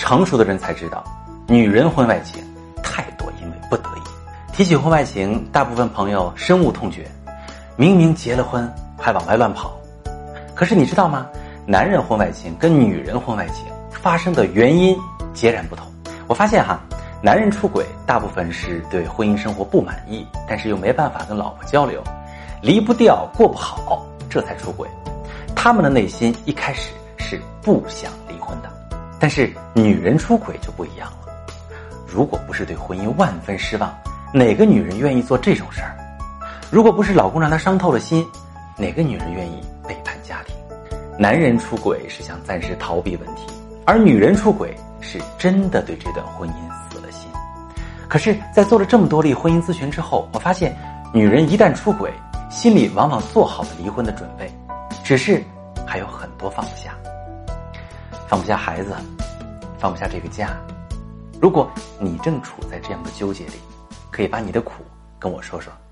成熟的人才知道，女人婚外情太多因为不得已。提起婚外情，大部分朋友深恶痛绝，明明结了婚还往外乱跑。可是你知道吗？男人婚外情跟女人婚外情发生的原因截然不同。我发现男人出轨大部分是对婚姻生活不满意，但是又没办法跟老婆交流，离不掉过不好，这才出轨。他们的内心一开始是不想离婚的。但是女人出轨就不一样了，如果不是对婚姻万分失望，哪个女人愿意做这种事儿？如果不是老公让她伤透了心，哪个女人愿意背叛家庭？男人出轨是想暂时逃避问题，而女人出轨是真的对这段婚姻死了心。可是在做了这么多例婚姻咨询之后，我发现女人一旦出轨，心里往往做好了离婚的准备，只是还有很多放不下。放不下孩子，放不下这个家。如果你正处在这样的纠结里，可以把你的苦跟我说说。